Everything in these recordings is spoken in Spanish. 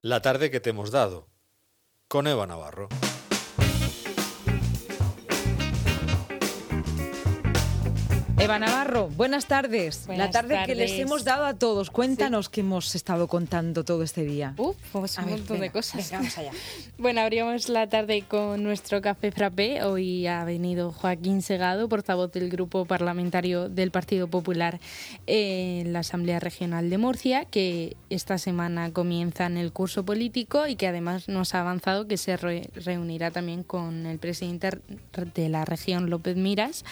La tarde que te hemos dado, con Eva Navarro. Eva Navarro, buenas tardes. Buenas la tarde tardes. que les hemos dado a todos. Cuéntanos qué hemos estado contando todo este día. Pues un montón de cosas. Venga, vamos allá. Bueno, abrimos la tarde con nuestro café frappé. Hoy ha venido Joaquín Segado, portavoz del Grupo Parlamentario del Partido Popular en la Asamblea Regional de Murcia, que esta semana comienzan el curso político y que además nos ha avanzado que se reunirá también con el presidente de la región, López Miras,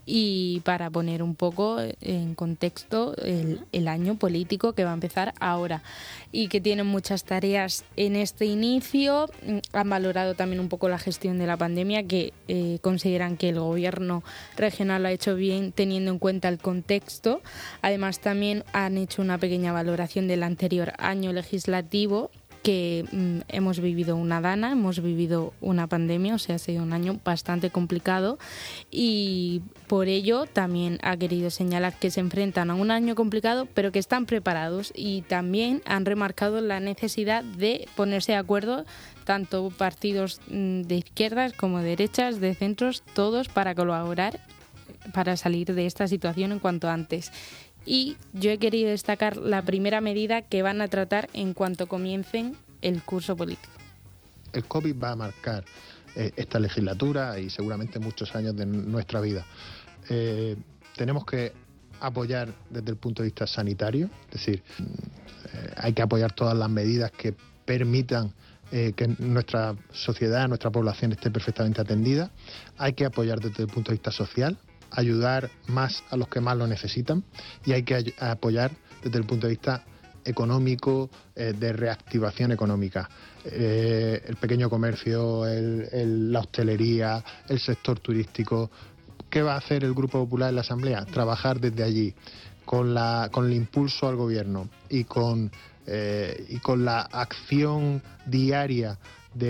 y para poner un poco en contexto el año político que va a empezar ahora y que tienen muchas tareas en este inicio. Han valorado también un poco la gestión de la pandemia, que consideran que el gobierno regional lo ha hecho bien teniendo en cuenta el contexto. Además también han hecho una pequeña valoración del anterior año legislativo, que hemos vivido una dana, hemos vivido una pandemia, o sea, ha sido un año bastante complicado, y por ello también ha querido señalar que se enfrentan a un año complicado, pero que están preparados, y también han remarcado la necesidad de ponerse de acuerdo tanto partidos de izquierdas como de derechas, de centros, todos para colaborar para salir de esta situación en cuanto antes. Y yo he querido destacar la primera medida que van a tratar en cuanto comiencen el curso político. El COVID va a marcar esta legislatura y seguramente muchos años de nuestra vida. Tenemos que apoyar desde el punto de vista sanitario, es decir, hay que apoyar todas las medidas que permitan que nuestra sociedad, nuestra población esté perfectamente atendida. Hay que apoyar desde el punto de vista social, ayudar más a los que más lo necesitan, y hay que apoyar desde el punto de vista económico, de reactivación económica. El pequeño comercio, la hostelería, el sector turístico. ¿Qué va a hacer el Grupo Popular en la Asamblea? Trabajar desde allí, con el impulso al gobierno y con la acción diaria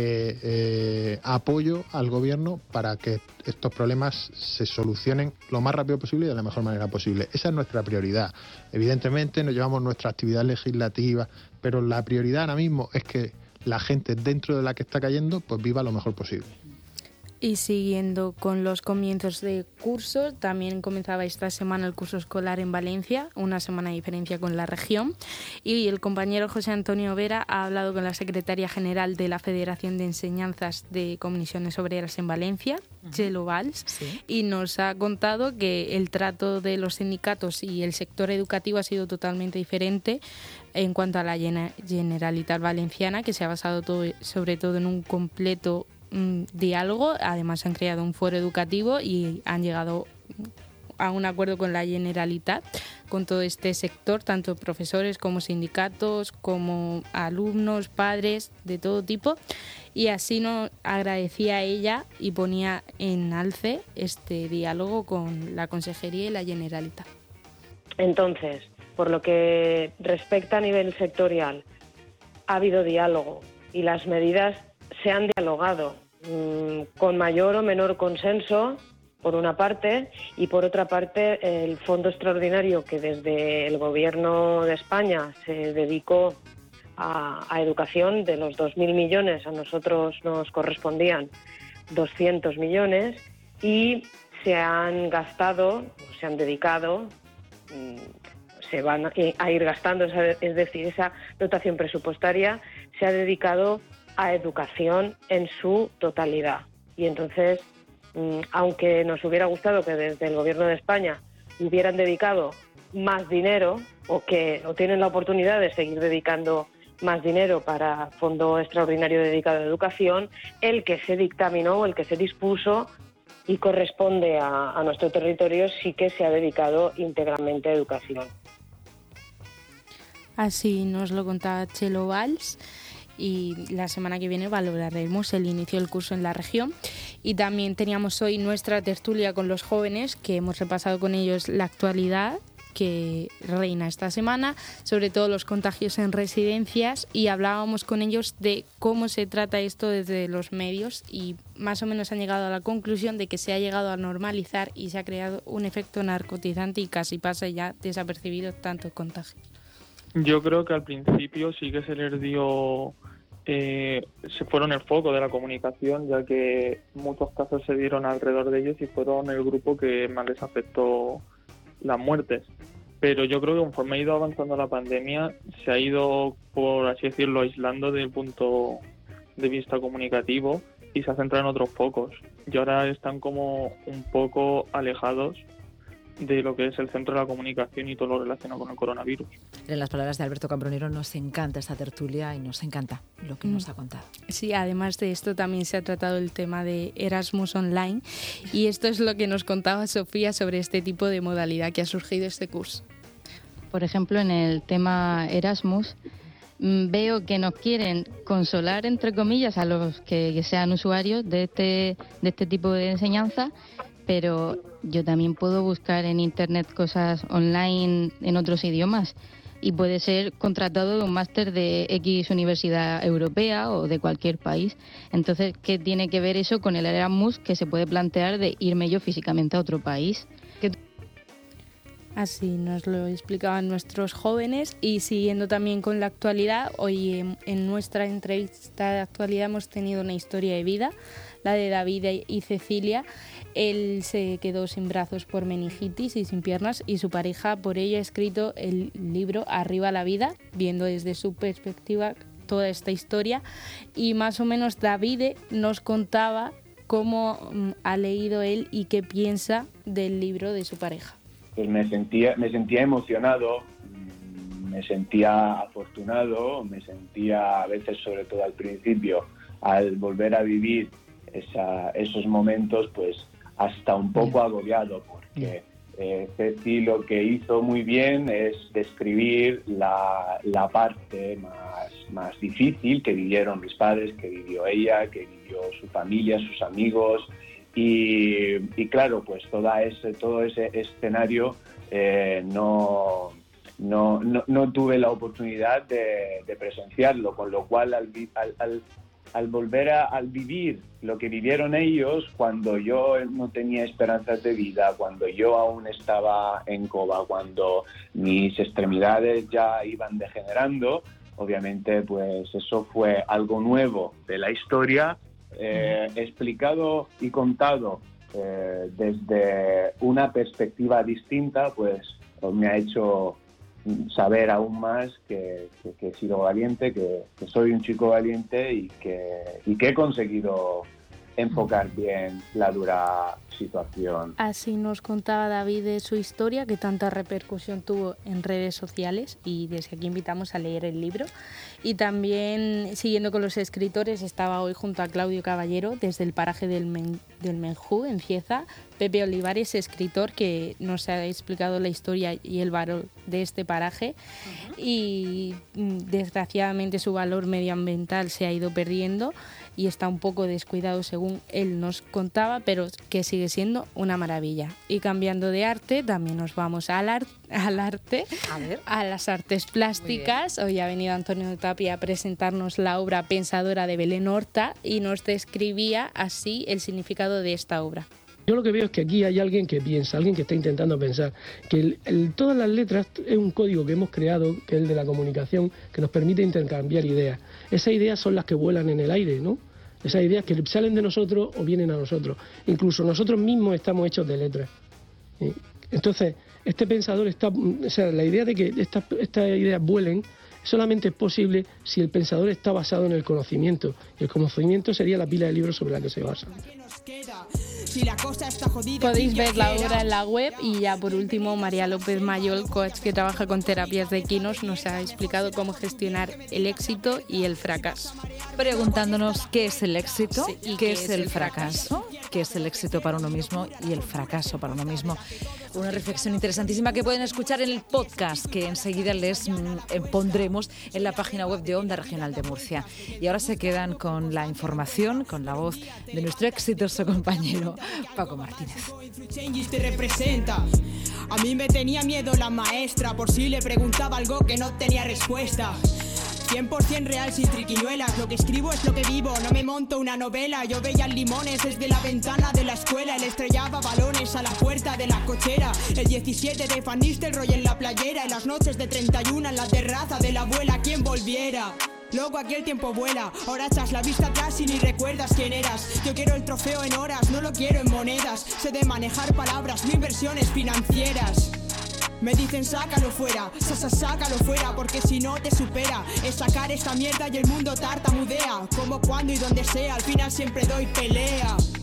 de apoyo al gobierno para que estos problemas se solucionen lo más rápido posible y de la mejor manera posible. Esa es nuestra prioridad. Evidentemente nos llevamos nuestra actividad legislativa, pero la prioridad ahora mismo es que la gente dentro de la que está cayendo pues viva lo mejor posible. Y siguiendo con los comienzos de curso, también comenzaba esta semana el curso escolar en Valencia, una semana de diferencia con la región, y el compañero José Antonio Vera ha hablado con la secretaria general de la Federación de Enseñanzas de Comisiones Obreras en Valencia, Txelo Valls, sí, y nos ha contado que el trato de los sindicatos y el sector educativo ha sido totalmente diferente en cuanto a la Generalitat Valenciana, que se ha basado sobre todo en un completo diálogo. Además han creado un foro educativo y han llegado a un acuerdo con la Generalitat, con todo este sector, tanto profesores como sindicatos, como alumnos, padres, de todo tipo, y así nos agradecía a ella y ponía en alce este diálogo con la Consejería y la Generalitat. Entonces, por lo que respecta a nivel sectorial, ha habido diálogo y las medidas se han dialogado con mayor o menor consenso, por una parte, y por otra parte el fondo extraordinario que desde el Gobierno de España se dedicó a educación, de los 2.000 millones, a nosotros nos correspondían 200 millones, y se han gastado, se han dedicado, se van a ir gastando, es decir, esa dotación presupuestaria se ha dedicado a educación en su totalidad. Y entonces, aunque nos hubiera gustado que desde el Gobierno de España hubieran dedicado más dinero, o tienen la oportunidad de seguir dedicando más dinero para Fondo Extraordinario dedicado a educación, el que se dictaminó, el que se dispuso y corresponde a nuestro territorio, sí que se ha dedicado íntegramente a educación. Así nos lo contaba Txelo Valls. Y la semana que viene valoraremos el inicio del curso en la región. Y también teníamos hoy nuestra tertulia con los jóvenes, que hemos repasado con ellos la actualidad que reina esta semana, sobre todo los contagios en residencias, y hablábamos con ellos de cómo se trata esto desde los medios, y más o menos han llegado a la conclusión de que se ha llegado a normalizar y se ha creado un efecto narcotizante y casi pasa ya desapercibido tantos contagios. Yo creo que al principio sí que se les dio, se fueron el foco de la comunicación, ya que muchos casos se dieron alrededor de ellos y fueron el grupo que más les afectó las muertes. Pero yo creo que conforme ha ido avanzando la pandemia, se ha ido, por así decirlo, aislando desde el punto de vista comunicativo y se ha centrado en otros focos. Y ahora están como un poco alejados de lo que es el centro de la comunicación y todo lo relacionado con el coronavirus. En las palabras de Alberto Cambronero, nos encanta esta tertulia y nos encanta lo que nos ha contado. Sí, además de esto también se ha tratado el tema de Erasmus Online y esto es lo que nos contaba Sofía sobre este tipo de modalidad que ha surgido este curso. Por ejemplo, en el tema Erasmus, veo que nos quieren consolar, entre comillas, a los que sean usuarios de este tipo de enseñanza, pero yo también puedo buscar en Internet cosas online en otros idiomas y puede ser contratado de un máster de X universidad europea o de cualquier país. Entonces, ¿qué tiene que ver eso con el Erasmus que se puede plantear de irme yo físicamente a otro país? Así nos lo explicaban nuestros jóvenes y siguiendo también con la actualidad, hoy en nuestra entrevista de actualidad hemos tenido una historia de vida, la de David y Cecilia. Él se quedó sin brazos por meningitis y sin piernas y su pareja por ello ha escrito el libro Arriba la vida, viendo desde su perspectiva toda esta historia y más o menos David nos contaba cómo ha leído él y qué piensa del libro de su pareja. Pues me sentía emocionado, me sentía afortunado, me sentía a veces, sobre todo al principio, al volver a vivir esos momentos, pues hasta un poco agobiado, porque Ceci lo que hizo muy bien es describir la parte más difícil que vivieron mis padres, que vivió ella, que vivió su familia, sus amigos. Y claro, pues todo ese escenario no tuve la oportunidad de presenciarlo, con lo cual al volver al vivir lo que vivieron ellos, cuando yo no tenía esperanzas de vida, cuando yo aún estaba en coma, cuando mis extremidades ya iban degenerando, obviamente pues eso fue algo nuevo de la historia. Explicado y contado desde una perspectiva distinta, pues me ha hecho saber aún más que he sido valiente, que soy un chico valiente y que he conseguido enfocar bien la dura situación. Así nos contaba David de su historia, que tanta repercusión tuvo en redes sociales, y desde aquí invitamos a leer el libro. Y también, siguiendo con los escritores, estaba hoy junto a Claudio Caballero, desde el paraje del Menjú, en Cieza, Pepe Olivares, escritor, que nos ha explicado la historia y el valor de este paraje. Y desgraciadamente su valor medioambiental se ha ido perdiendo y está un poco descuidado según él nos contaba, pero que sigue siendo una maravilla. Y cambiando de arte, también nos vamos al arte, a las artes plásticas. Hoy ha venido Antonio Tapia a presentarnos la obra Pensadora de Belén Horta y nos describía así el significado de esta obra. Yo lo que veo es que aquí hay alguien que piensa, alguien que está intentando pensar, que todas las letras es un código que hemos creado, que es el de la comunicación, que nos permite intercambiar ideas. Esas ideas son las que vuelan en el aire, ¿no? Esas ideas que salen de nosotros o vienen a nosotros. Incluso nosotros mismos estamos hechos de letras. Entonces, este pensador la idea de que estas ideas vuelen solamente es posible si el pensador está basado en el conocimiento. Y el conocimiento sería la pila de libros sobre la que se basa. Podéis ver la obra en la web. Y ya por último, María López Mayol, coach que trabaja con terapias de equinos, nos ha explicado cómo gestionar el éxito y el fracaso. Preguntándonos qué es el éxito y qué es el fracaso, qué es el éxito para uno mismo y el fracaso para uno mismo. Una reflexión interesantísima que pueden escuchar en el podcast que enseguida les pondremos en la página web de Onda Regional de Murcia. Y ahora se quedan con la información, con la voz de nuestro exitoso compañero Paco Martínez. A mí me tenía miedo la maestra por si le preguntaba algo que no tenía respuesta. 100% real sin triquiñuelas. Lo que escribo es lo que vivo, no me monto una novela. Yo veía limones desde la ventana de la escuela. Él estrellaba balones a la puerta de la cochera. El 17 de Van Nistelrooy en la playera. En las noches de 31 en la terraza de la abuela. ¿Quién volviera? Luego aquí el tiempo vuela, ahora echas la vista atrás y ni recuerdas quién eras. Yo quiero el trofeo en horas, no lo quiero en monedas. Sé de manejar palabras, no inversiones financieras. Me dicen sácalo fuera, sácalo fuera, porque si no te supera. Es sacar esta mierda y el mundo tartamudea. Como, cuando y donde sea, al final siempre doy pelea.